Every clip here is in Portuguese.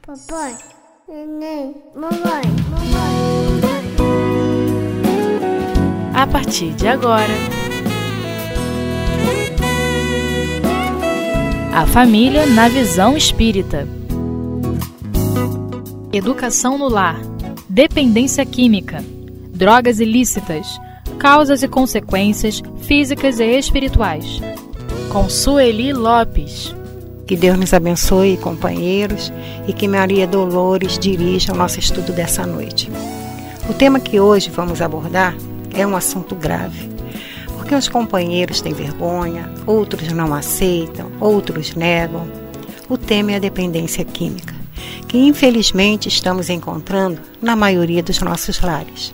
Papai, neném, mamãe. A partir de agora, a família na visão espírita. Educação no lar, dependência química, drogas ilícitas, causas e consequências físicas e espirituais. Com Sueli Lopes. Que Deus nos abençoe, companheiros, e que Maria Dolores dirija o nosso estudo dessa noite. O tema que hoje vamos abordar é um assunto grave, porque os companheiros têm vergonha, outros não aceitam, outros negam. O tema é a dependência química, que infelizmente estamos encontrando na maioria dos nossos lares.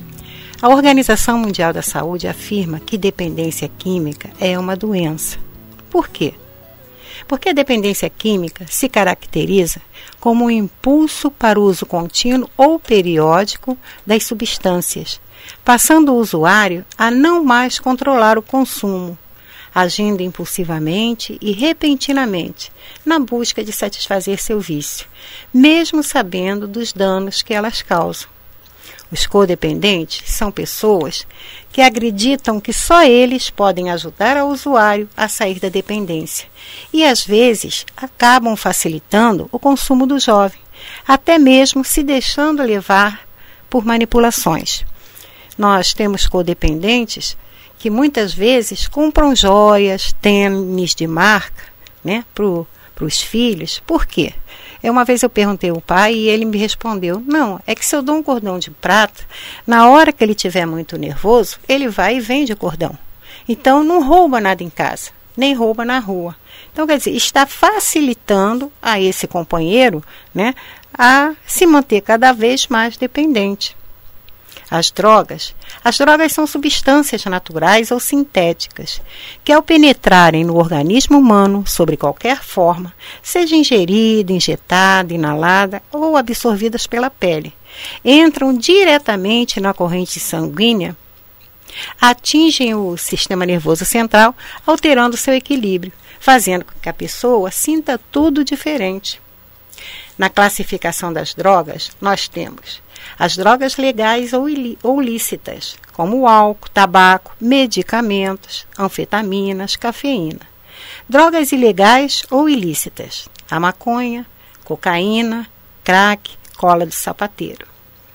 A Organização Mundial da Saúde afirma que dependência química é uma doença. Por quê? Porque a dependência química se caracteriza como um impulso para o uso contínuo ou periódico das substâncias, passando o usuário a não mais controlar o consumo, agindo impulsivamente e repentinamente na busca de satisfazer seu vício, mesmo sabendo dos danos que elas causam. Os codependentes são pessoas que acreditam que só eles podem ajudar ao usuário a sair da dependência e, às vezes, acabam facilitando o consumo do jovem, até mesmo se deixando levar por manipulações. Nós temos codependentes que muitas vezes compram joias, tênis de marca, para os filhos. Por quê? Uma vez eu perguntei ao pai e ele me respondeu: não, é que se eu dou um cordão de prata, na hora que ele estiver muito nervoso, ele vai e vende o cordão. Então não rouba nada em casa, nem rouba na rua. Então, quer dizer, está facilitando a esse companheiro, a se manter cada vez mais dependente. As drogas são substâncias naturais ou sintéticas que, ao penetrarem no organismo humano, sobre qualquer forma, seja ingerida, injetada, inalada ou absorvidas pela pele, entram diretamente na corrente sanguínea, atingem o sistema nervoso central, alterando seu equilíbrio, fazendo com que a pessoa sinta tudo diferente. Na classificação das drogas, nós temos as drogas legais ou lícitas, como o álcool, tabaco, medicamentos, anfetaminas, cafeína. Drogas ilegais ou ilícitas, a maconha, cocaína, crack, cola de sapateiro.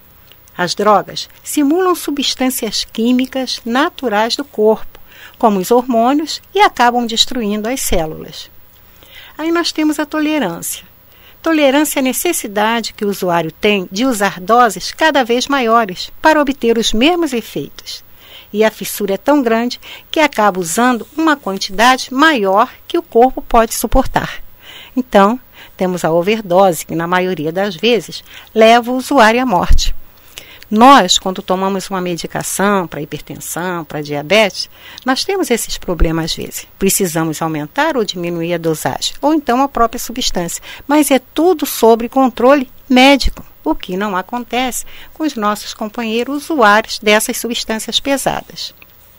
As drogas simulam substâncias químicas naturais do corpo, como os hormônios, e acabam destruindo as células. Aí nós temos a tolerância. Tolerância é a necessidade que o usuário tem de usar doses cada vez maiores para obter os mesmos efeitos. E a fissura é tão grande que acaba usando uma quantidade maior que o corpo pode suportar. Então, temos a overdose, que na maioria das vezes leva o usuário à morte. Nós, quando tomamos uma medicação para hipertensão, para diabetes, nós temos esses problemas às vezes. Precisamos aumentar ou diminuir a dosagem, ou então a própria substância. Mas é tudo sobre controle médico, o que não acontece com os nossos companheiros usuários dessas substâncias pesadas.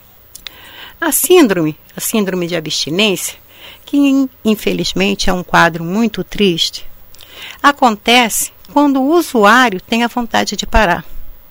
A síndrome de abstinência, que infelizmente é um quadro muito triste, acontece quando o usuário tem a vontade de parar.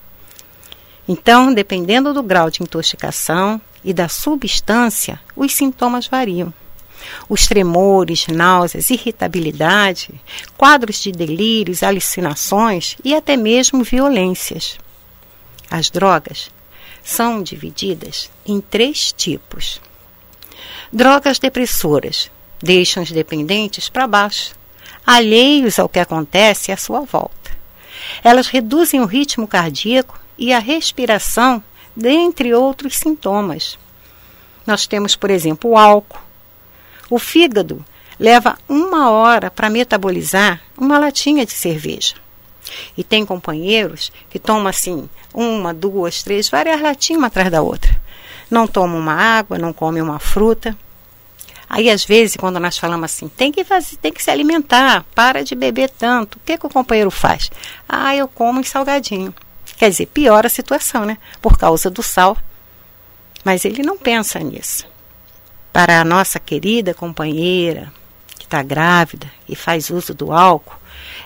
Então, dependendo do grau de intoxicação e da substância, os sintomas variam. Os tremores, náuseas, irritabilidade, quadros de delírios, alucinações e até mesmo violências. As drogas são divididas em 3 tipos. Drogas depressoras deixam os dependentes para baixo, alheios ao que acontece à sua volta. Elas reduzem o ritmo cardíaco e a respiração, dentre outros sintomas. Nós temos, por exemplo, o álcool. O fígado leva 1 hora para metabolizar uma latinha de cerveja. E tem companheiros que tomam assim 1, 2, 3, várias latinhas uma atrás da outra. Não tomam uma água, não comem uma fruta. Aí, às vezes, quando nós falamos assim, tem que se alimentar, para de beber tanto. O que o companheiro faz? Eu como um salgadinho. Quer dizer, piora a situação, por causa do sal. Mas ele não pensa nisso. Para a nossa querida companheira, que está grávida e faz uso do álcool,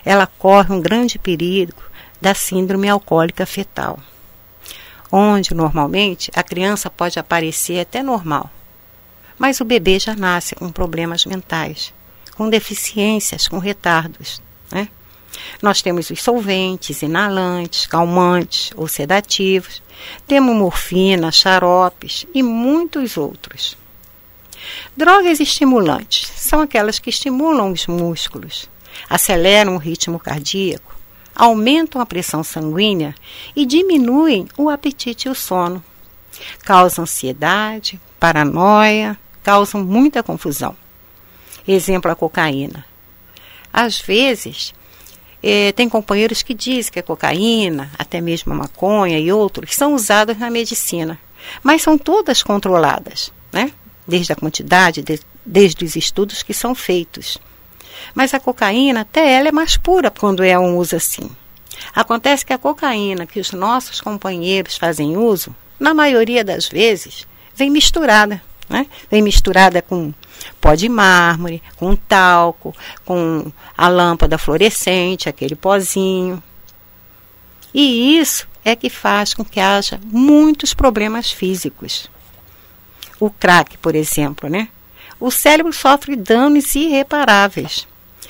ela corre um grande perigo da síndrome alcoólica fetal, onde normalmente a criança pode aparecer até normal, mas o bebê já nasce com problemas mentais, com deficiências, com retardos, né? Nós temos os solventes, inalantes, calmantes ou sedativos, temos morfina, xaropes e muitos outros. Drogas estimulantes são aquelas que estimulam os músculos, aceleram o ritmo cardíaco, aumentam a pressão sanguínea e diminuem o apetite e o sono. Causam ansiedade, paranoia, causam muita confusão. Exemplo, a cocaína. Às vezes, tem companheiros que dizem que a cocaína, até mesmo a maconha e outros, são usados na medicina, mas são todas controladas, né? Desde a quantidade, desde os estudos que são feitos. Mas a cocaína, até ela é mais pura quando é um uso assim. Acontece que a cocaína que os nossos companheiros fazem uso, na maioria das vezes, vem misturada, né? Vem misturada com pó de mármore, com talco, com a lâmpada fluorescente, aquele pozinho. E isso é que faz com que haja muitos problemas físicos. O crack, por exemplo, né? O cérebro sofre danos irreparáveis.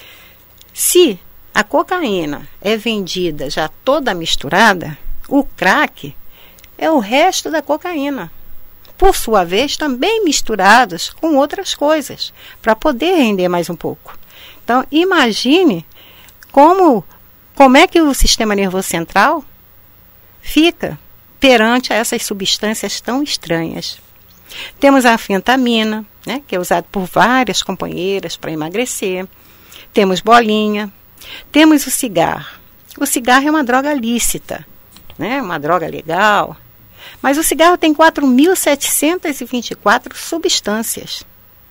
Se a cocaína é vendida já toda misturada, o crack é o resto da cocaína, por sua vez também misturados com outras coisas, para poder render mais um pouco. Então, imagine como é que o sistema nervoso central fica perante a essas substâncias tão estranhas. Temos a anfetamina, né, que é usada por várias companheiras para emagrecer. Temos bolinha. Temos o cigarro. O cigarro é uma droga lícita, né, uma droga legal. Mas o cigarro tem 4.724 substâncias.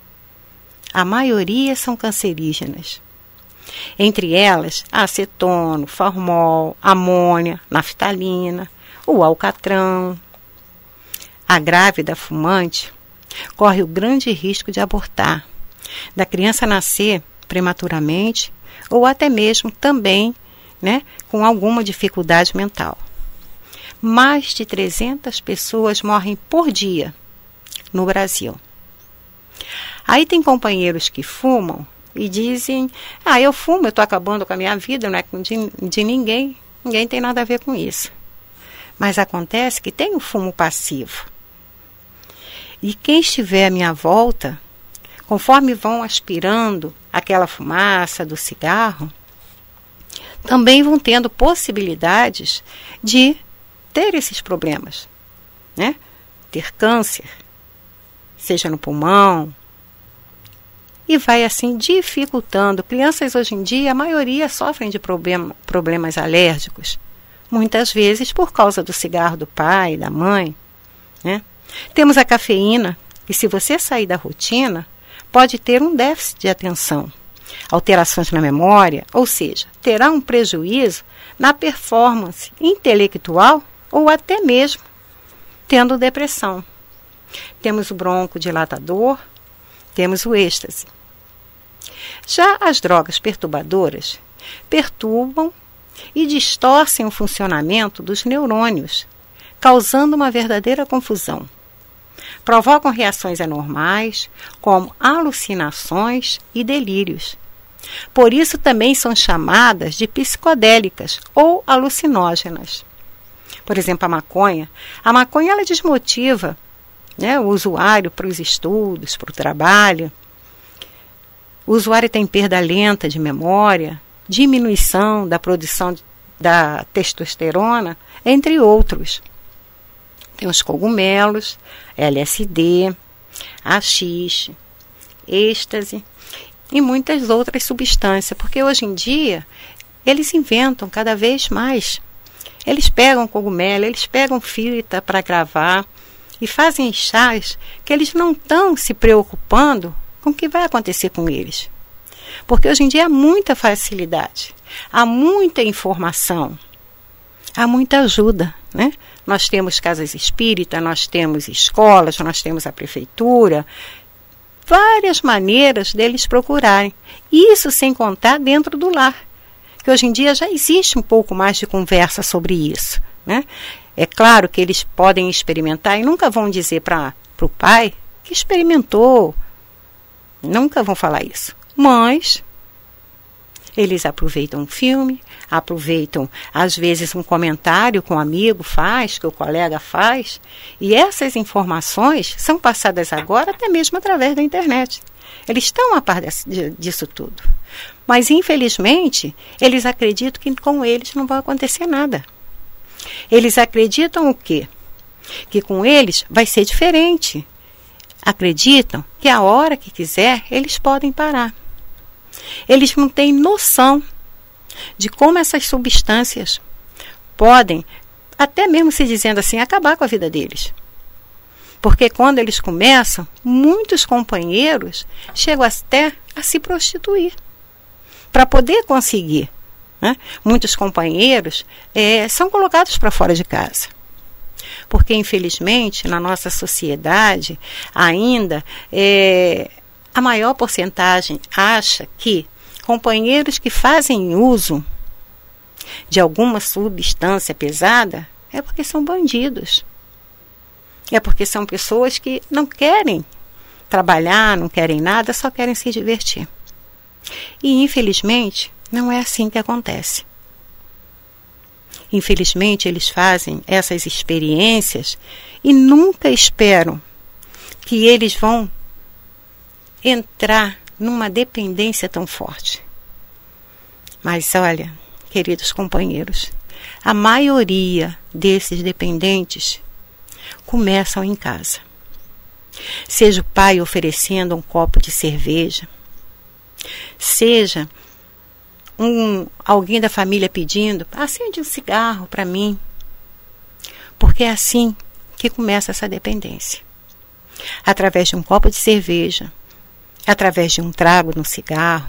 A maioria são cancerígenas. Entre elas, a acetona, formol, amônia, naftalina, o alcatrão. A grávida fumante corre o grande risco de abortar, da criança nascer prematuramente ou até mesmo também, né, com alguma dificuldade mental. Mais de 300 pessoas morrem por dia no Brasil. Aí tem companheiros que fumam e dizem, eu fumo, eu estou acabando com a minha vida, não é de ninguém, ninguém tem nada a ver com isso. Mas acontece que tem o fumo passivo. E quem estiver à minha volta, conforme vão aspirando aquela fumaça do cigarro, também vão tendo possibilidades de ter esses problemas, né? Ter câncer, seja no pulmão, e vai assim dificultando. Crianças hoje em dia, a maioria sofrem de problemas alérgicos, muitas vezes por causa do cigarro do pai, da mãe, né? Temos a cafeína, que se você sair da rotina, pode ter um déficit de atenção, alterações na memória, ou seja, terá um prejuízo na performance intelectual ou até mesmo tendo depressão. Temos o broncodilatador, temos o êxtase. Já as drogas perturbadoras perturbam e distorcem o funcionamento dos neurônios, causando uma verdadeira confusão. Provocam reações anormais, como alucinações e delírios. Por isso também são chamadas de psicodélicas ou alucinógenas. Por exemplo, a maconha ela desmotiva, né, o usuário para os estudos, para o trabalho. O usuário tem perda lenta de memória, diminuição da produção da testosterona, entre outros. Tem os cogumelos, LSD, haxixe, êxtase e muitas outras substâncias, porque hoje em dia eles inventam cada vez mais. Eles pegam cogumelo, eles pegam fita para gravar e fazem chás que eles não estão se preocupando com o que vai acontecer com eles. Porque hoje em dia há muita facilidade, há muita informação, há muita ajuda, né? Nós temos casas espíritas, nós temos escolas, nós temos a prefeitura, várias maneiras deles procurarem. Isso sem contar dentro do lar, que hoje em dia já existe um pouco mais de conversa sobre isso, né? É claro que eles podem experimentar e nunca vão dizer para o pai que experimentou. Nunca vão falar isso. Mas eles aproveitam um filme, aproveitam, às vezes, um comentário que um amigo faz, que o colega faz, e essas informações são passadas agora até mesmo através da internet. Eles estão a par disso tudo. Mas, infelizmente, eles acreditam que com eles não vai acontecer nada. Eles acreditam o quê? Que com eles vai ser diferente. Acreditam que a hora que quiser, eles podem parar. Eles não têm noção de como essas substâncias podem, até mesmo se dizendo assim, acabar com a vida deles. Porque quando eles começam, muitos companheiros chegam até a se prostituir para poder conseguir, né? Muitos companheiros são colocados para fora de casa. Porque, infelizmente, na nossa sociedade, ainda a maior porcentagem acha que companheiros que fazem uso de alguma substância pesada é porque são bandidos. É porque são pessoas que não querem trabalhar, não querem nada, só querem se divertir. E, infelizmente, não é assim que acontece. Infelizmente, eles fazem essas experiências e nunca esperam que eles vão entrar numa dependência tão forte. Mas olha, queridos companheiros, a maioria desses dependentes começam em casa. Seja o pai oferecendo um copo de cerveja, seja alguém da família pedindo, acende um cigarro para mim. Porque é assim que começa essa dependência. Através de um copo de cerveja, através de um trago no cigarro,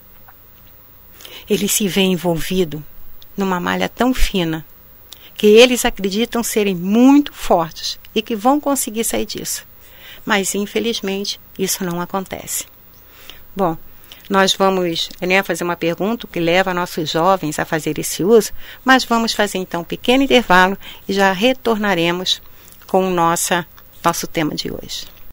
ele se vê envolvido numa malha tão fina que eles acreditam serem muito fortes e que vão conseguir sair disso. Mas, infelizmente, isso não acontece. Bom, nós vamos fazer uma pergunta que leva nossos jovens a fazer esse uso, mas vamos fazer então um pequeno intervalo e já retornaremos com o nosso tema de hoje.